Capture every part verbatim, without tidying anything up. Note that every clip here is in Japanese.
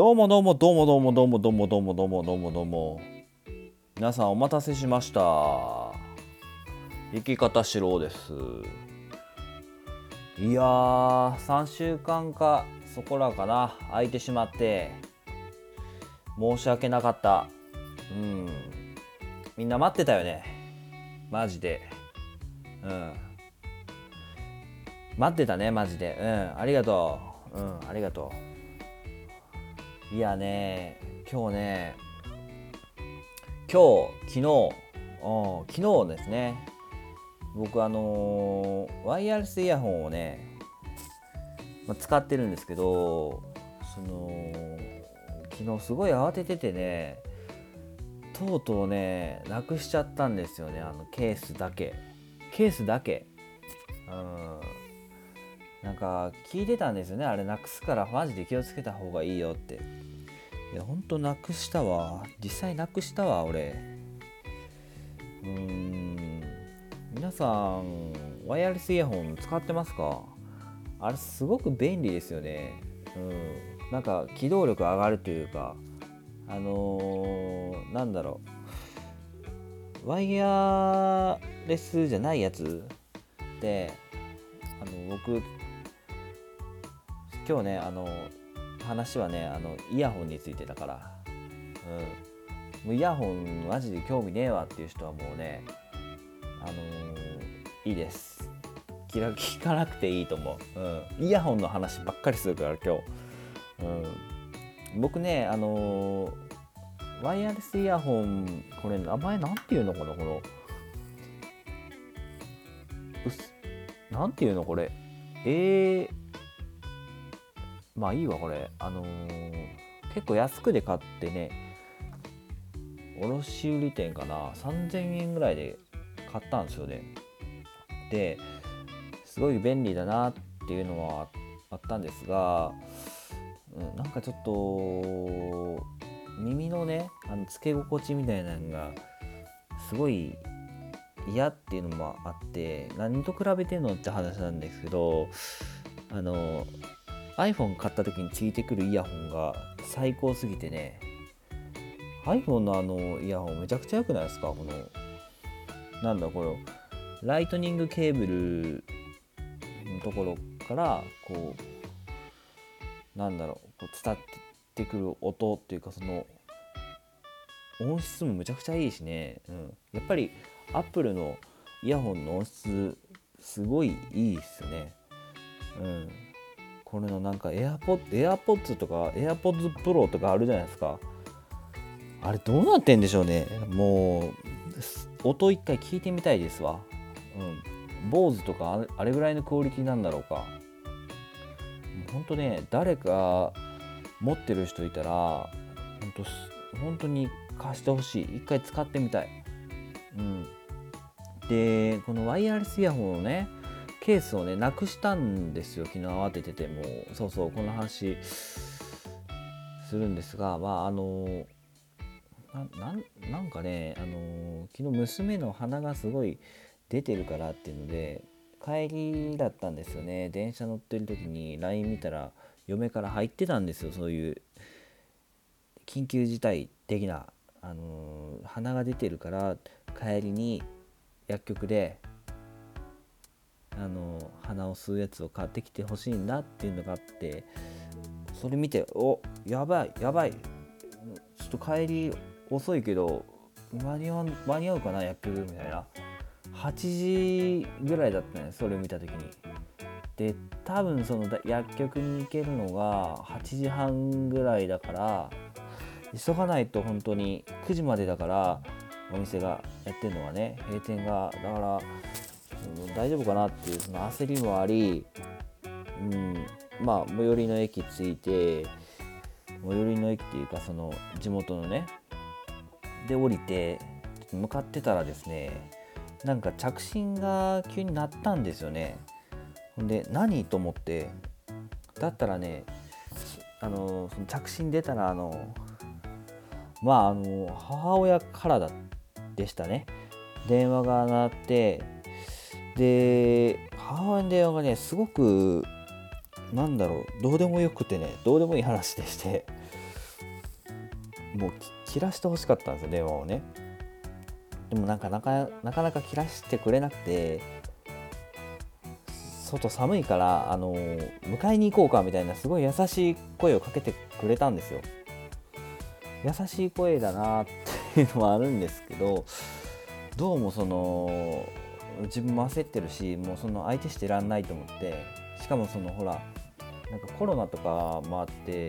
どうもどうもどうもどうもどうもどうもどうもどうもどうもどうも皆さんお待たせしました。生き方しろうです。いやーさんしゅうかんかそこらかな空いてしまって申し訳なかった。うんみんな待ってたよねマジで。うん待ってたねマジで。うんありがとう。うんありがとう。いやね今日ね今日昨日うん昨日ですね、僕あのーワイヤレスイヤホンをね、まあ、使ってるんですけど、その昨日すごい慌てててね、とうとうねなくしちゃったんですよね。あのケースだけケースだけうんなんか聞いてたんですよね。あれなくすからマジで気をつけた方がいいよって。いやほんとなくしたわ、実際なくしたわ俺。うーん皆さんワイヤレスイヤホン使ってますか？あれすごく便利ですよね。うん、なんか機動力上がるというか、あのー、なんだろう、ワイヤレスじゃないやつで、あの僕今日ね、あの話はね、あのイヤホンについてだから、うん、もうイヤホンマジで興味ねえわっていう人はもうね、あのー、いいです。聞かなくていいと思う、うん、イヤホンの話ばっかりするから今日、うん、僕ねあのー、ワイヤレスイヤホン、これ名前なんていうのかな、このうすなんていうのこれ、えー、まあいいわこれ、あのー、結構安くで買ってね、卸売店かなさんぜんえんぐらいで買ったんですよね。ですごい便利だなっていうのはあったんですが、うん、なんかちょっと耳のねあのつけ心地みたいなのがすごい嫌っていうのもあって、何と比べてんのって話なんですけど、あの iPhone 買った時についてくるイヤホンが最高すぎてね、 iPhone のあのイヤホンめちゃくちゃ良くないですか。このなんだこのライトニングケーブルのところからこうなんだろうこう伝ってくる音っていうか、その音質もめちゃくちゃいいしね、うん、やっぱりアップルのイヤホンの音質すごいいいっすよね。うん、これのなんか AirPods, AirPods とか AirPods Pro とかあるじゃないですか。あれどうなってんでしょうね。もう音一回聞いてみたいですわ。うん、坊主とかあれぐらいのクオリティなんだろうか。ほんとね、誰か持ってる人いたらほんと本当に貸してほしい。一回使ってみたい。うん。で、このワイヤレスイヤホンのね、ケースをね、なくしたんですよ。昨日慌ててて、もう、そうそう、この話するんですが、まあ、あの、な、なん、なんかね、あの、昨日娘の鼻がすごい出てるからっていうので、帰りだったんですよね。電車乗ってる時に ライン 見たら、嫁から入ってたんですよ。そういう緊急事態的な、あのー鼻が出てるから帰りに薬局で、あのー鼻を吸うやつを買ってきてほしいんだっていうのがあって、それ見て、おやばいやばい、ちょっと帰り遅いけど間に合う間に合うかな薬局みたいな、はちじぐらいだったね、それを見た時に。で多分その薬局に行けるのがはちじはんぐらいだから、急がないと。本当にくじまでだから、お店がやってるのはね、閉店がだから、うん、大丈夫かなっていうその焦りもあり、うん、まあ最寄りの駅着いて、最寄りの駅っていうかその地元のねで降りて向かってたらですね、なんか着信が急に鳴ったんですよね。ほんで何と思って、だったらね、あのその着信出たらあのまああの母親からだでしたね。電話が鳴って、で母親の電話がねすごくなんだろうどうでもよくてね、どうでもいい話でして、 もう切らしてほしかったんですよ、電話をね。でもなんかなかなかなか切らしてくれなくて、外寒いからあの迎えに行こうかみたいなすごい優しい声をかけてくれたんですよ。優しい声だなっていうのはあるんですけど、どうもその自分も焦ってるし、もうその相手してらんないと思って、しかもそのほらなんかコロナとかもあって、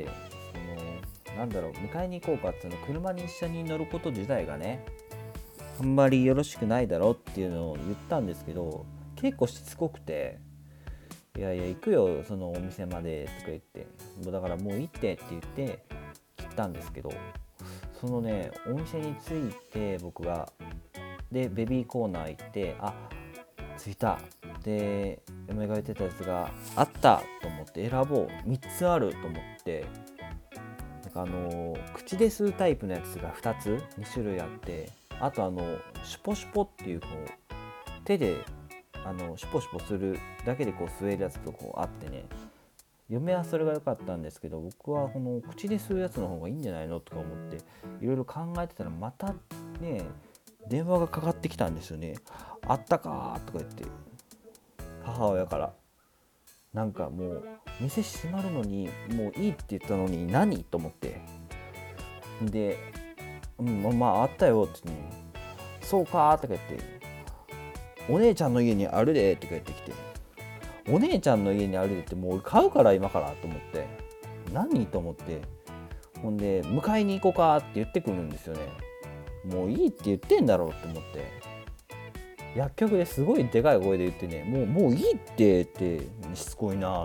そのなんだろう、迎えに行こうかっていうの、車に一緒に乗ること自体がねあんまりよろしくないだろうっていうのを言ったんですけど、結構しつこくて、いやいや行くよそのお店までとか言って、もうだからもう行ってって言って切ったんですけど、そのねお店に着いて僕がでベビーコーナー行って、あ着いたで嫁が言ってたやつがあったと思って選ぼう、みっつあると思って、なんかあの口で吸うタイプのやつがふたつに種類あって、あとあのシュポシュポっていうこう手であのシュポシュポするだけでこう吸えるやつとこうあってね、嫁はそれが良かったんですけど、僕はこの口で吸うやつの方がいいんじゃないのとか思っていろいろ考えてたら、またね電話がかかってきたんですよね。あったかとか言って、母親から。なんかもう店閉まるのにもういいって言ったのに何と思って、で、うん、まああったよって言って、ね、そうかとか言って、お姉ちゃんの家にあるでとか言ってきて、お姉ちゃんの家にあるでってもう買うから今からと思って、何と思って、ほんで迎えに行こうかって言ってくるんですよね。もういいって言ってんだろうって思って、薬局ですごいでかい声で言ってね、もうもういいってってしつこいなって、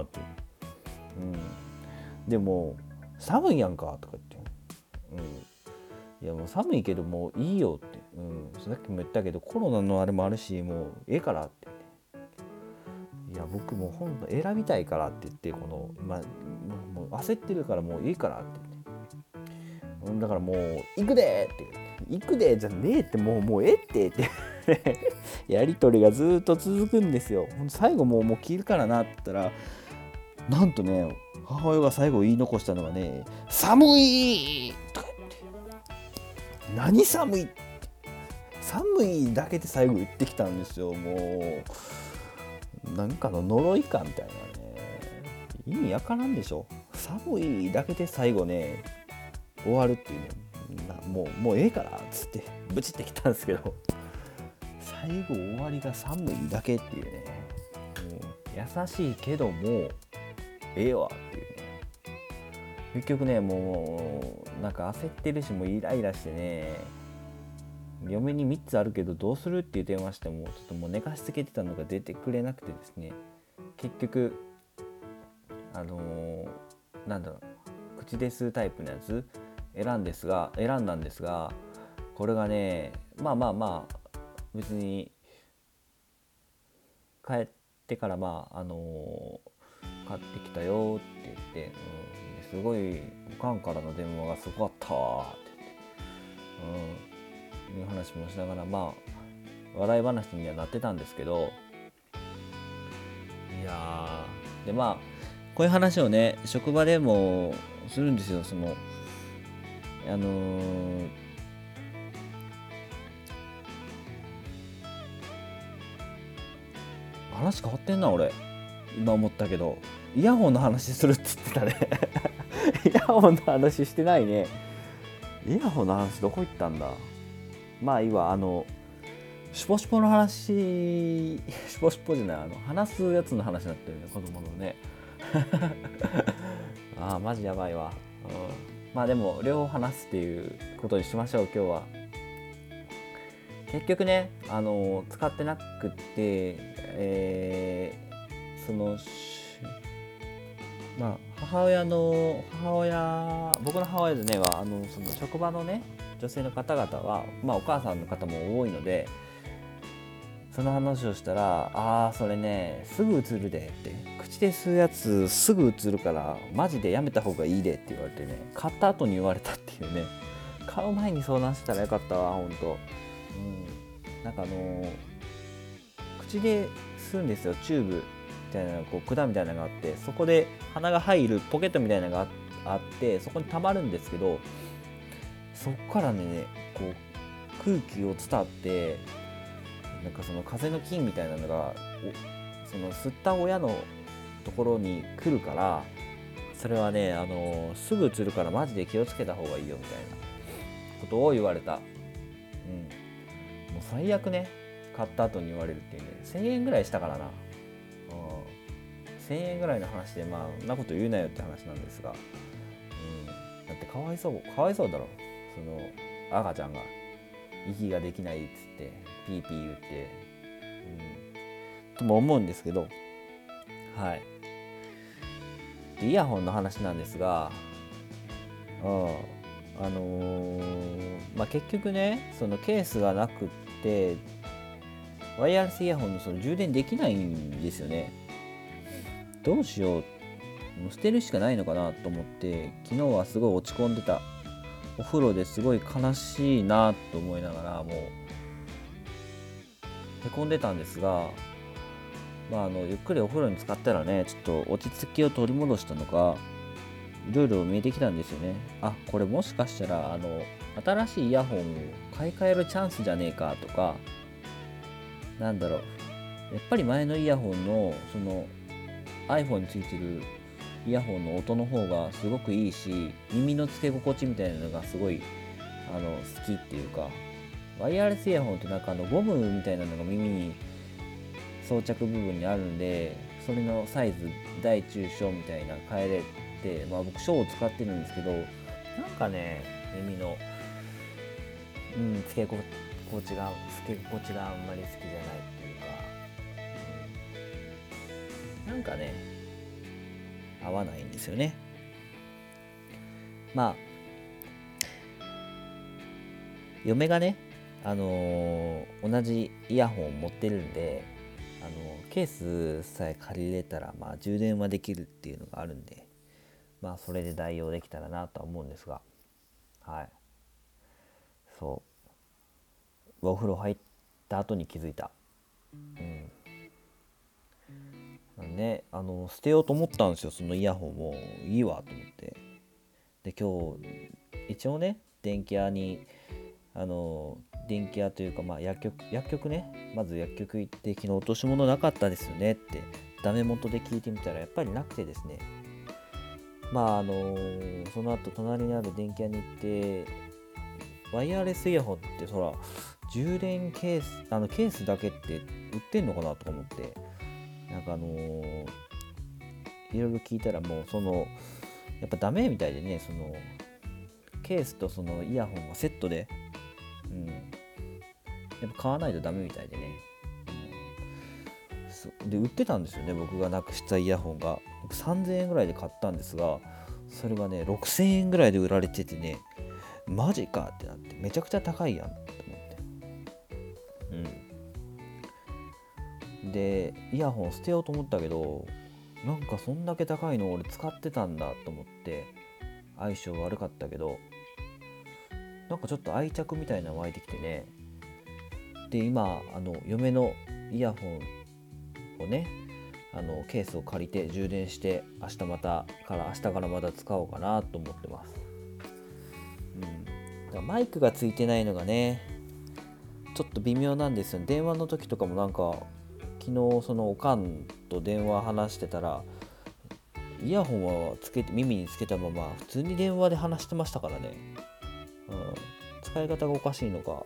うん、でも寒いやんかとか言って、うん、いやもう寒いけどもういいよって、うん、さっきも言ったけどコロナのあれもあるしもうええからって、いや僕もうほんと選びたいからって言って、この、まあ、もう焦ってるからもういいからって言って、だからもう行くでって言って、行くでじゃねえって、もうもうええってってやり取りがずっと続くんですよ。最後もうもう切るからなって言ったら、なんとね母親が最後言い残したのがね、寒いとか言って、何寒い寒いだけで最後言ってきたんですよ。もうなんかの呪いかみたいなね、意味わからんでしょ。寒いだけで最後ね終わるっていうね、もうもうええからっつってブチってきたんですけど、最後終わりが寒いだけっていうね、もう優しいけどもええわっていうね、結局ねもうなんか焦ってるし、もうイライラしてね、嫁にみっつあるけどどうするっていう電話してもちょっともう寝かしつけてたのが出てくれなくてですね、結局あのー、なんだろう、口で吸うタイプのやつ選んですが選んだんですが、これがねまあまあまあ別に帰ってからまああのー、買ってきたよって言って、うん、すごいおかんからの電話がすごかったわって言って、うん、いう話もしながらまあ笑い話にはなってたんですけど、いやでまあこういう話をね職場でもするんですよ。そのあのー、話変わってんな俺今思ったけど、イヤホンの話するって言ってたねイヤホンの話してないね。イヤホンの話どこ行ったんだ。まあいいわ、あのシュポシュポの話シュポシュポじゃない、あの話すやつの話になってるね、子供のねああマジやばいわ、うん、まあでも両方話すっていうことにしましょう今日は。結局ねあの使ってなくって、えー、そのまあ母親の母親僕の母親でねはあのその職場のね女性の方々はまあお母さんの方も多いので、その話をしたら、あーそれねすぐ映るでって、口で吸うやつすぐ映るからマジでやめた方がいいでって言われてね、買った後に言われたっていうね、買う前に相談したらよかったわほんと、うん、なんかあのー、口で吸うんですよ、チューブみたいなこう管みたいなのがあって、そこで鼻が入るポケットみたいなのがあってそこに溜まるんですけど、 そっからねこう空気を伝ってなんかその風の菌みたいなのがその吸った親のところに来るから、それはねあのすぐ移るからマジで気をつけた方がいいよみたいなことを言われた。うん、もう最悪ね、買った後に言われるっていうね。せんえんぐらいしたからな。うん、せんえんぐらいの話でまあそんなこと言うなよって話なんですが、うん、だってかわいそうかわいそうだろ、その赤ちゃんが息ができないっつってピーピー言って、うん、とも思うんですけど、はい。でイヤホンの話なんですが、うん、あのーまあ、結局ねそのケースがなくってワイヤレスイヤホンのその充電できないんですよね。どうしよう、もう捨てるしかないのかなと思って昨日はすごい落ち込んでた。お風呂ですごい悲しいなと思いながらもうへこんでたんですが、まあ、あのゆっくりお風呂に浸かったらねちょっと落ち着きを取り戻したのかいろいろ見えてきたんですよね。あ、これもしかしたらあの新しいイヤホンを買い替えるチャンスじゃねえかとか、なんだろう、やっぱり前のイヤホンのその iPhone についてるイヤホンの音の方がすごくいいし、耳の付け心地みたいなのがすごいあの好きっていうか、ワイヤレスイヤホンってなんかあのゴムみたいなのが耳に装着部分にあるんで、それのサイズ大中小みたいな変えれて、まあ僕小を使ってるんですけど、なんかね耳のうん付け心地が付け心地があんまり好きじゃないっていうか、うん、なんかね合わないんですよね。まあ嫁がねあのー同じイヤホンを持ってるんで、あのーケースさえ借りれたらまあ充電はできるっていうのがあるんで、まあそれで代用できたらなとは思うんですが、はい、そうお風呂入った後に気づいた。うんね、あの捨てようと思ったんですよ、そのイヤホンもいいわと思って。で今日一応ね電気屋にあの電気屋というか、まあ、薬局薬局ね、まず薬局行って、昨日落とし物なかったですよねってダメ元で聞いてみたらやっぱりなくてですね、まああのその後隣にある電気屋に行って、ワイヤレスイヤホンってそら充電ケースあのケースだけって売ってんのかなとか思って、なんかあのーいろいろ聞いたらもうそのやっぱダメみたいでね、そのケースとそのイヤホンがセットで、うん、やっぱ買わないとダメみたいでね、うん、で売ってたんですよね、僕がなくしたイヤホンが。僕さんぜんえんぐらいで買ったんですが、それがねろくせんえんぐらいで売られててね、マジかってなって、めちゃくちゃ高いやんと思って、うん、でイヤホン捨てようと思ったけど、なんかそんだけ高いの俺使ってたんだと思って、相性悪かったけどなんかちょっと愛着みたいなの湧いてきてね。で今あの嫁のイヤホンをね、あのケースを借りて充電して、明日またから明日からまた使おうかなと思ってます。うん、だからマイクがついてないのがねちょっと微妙なんですよ。電話の時とかもなんか昨日そのおかんと電話話してたら、イヤホンはつけて耳につけたまま普通に電話で話してましたからね。うん、使い方がおかしいのか、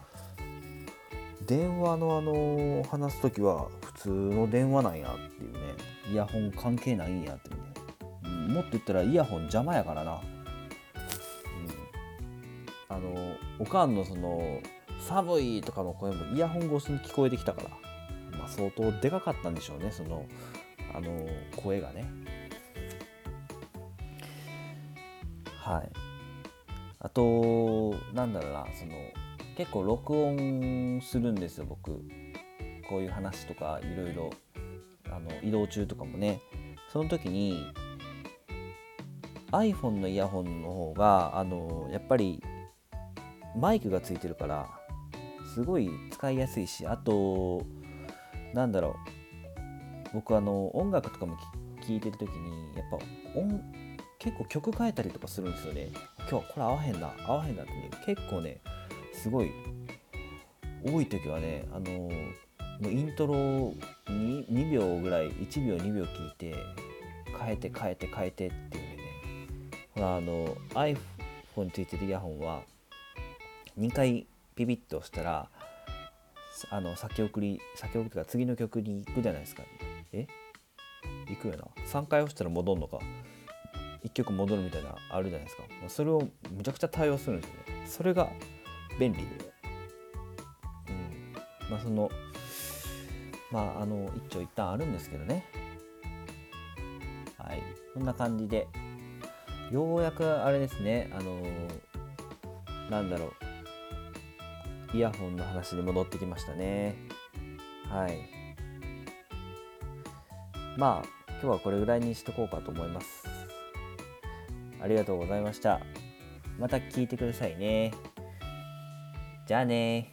電話のあの話すときは普通の電話なんやっていうね、イヤホン関係ないんやっていうね、うん、もっと言ったらイヤホン邪魔やからな、うん、あのおかんのその寒いとかの声もイヤホン越しに聞こえてきたから、まあ、相当でかかったんでしょうね、そのあの声がね。はい。あとなんだろうな、その結構録音するんですよ僕、こういう話とかいろいろあの移動中とかもね。その時に iPhone のイヤホンの方があのやっぱりマイクがついてるからすごい使いやすいし、あとなんだろう、僕あの音楽とかも聴いてる時にやっぱ音結構曲変えたりとかするんですよね。 今日これ合わへんな合わへんなってね、結構ねすごい多い時はね、あのもうイントロににびょうぐらい、いちびょうにびょう聞いて変えて変えて変えてっていうね。ほらあの iPhone についてるイヤホンはにかいピピッと押したらあの先送り先送りが次の曲に行くじゃないですか。え行くよな。さんかい押したら戻るのか、いっきょく戻るみたいなあるじゃないですか。それをむちゃくちゃ対応するんですよね。それが便利で、うん、まあそのまああの一長一短あるんですけどね。はい、こんな感じでようやくあれですね、あのなんだろう、イヤホンの話に戻ってきましたね。はい、まあ今日はこれぐらいにしとこうかと思います。ありがとうございました。また聞いてくださいね。じゃあね。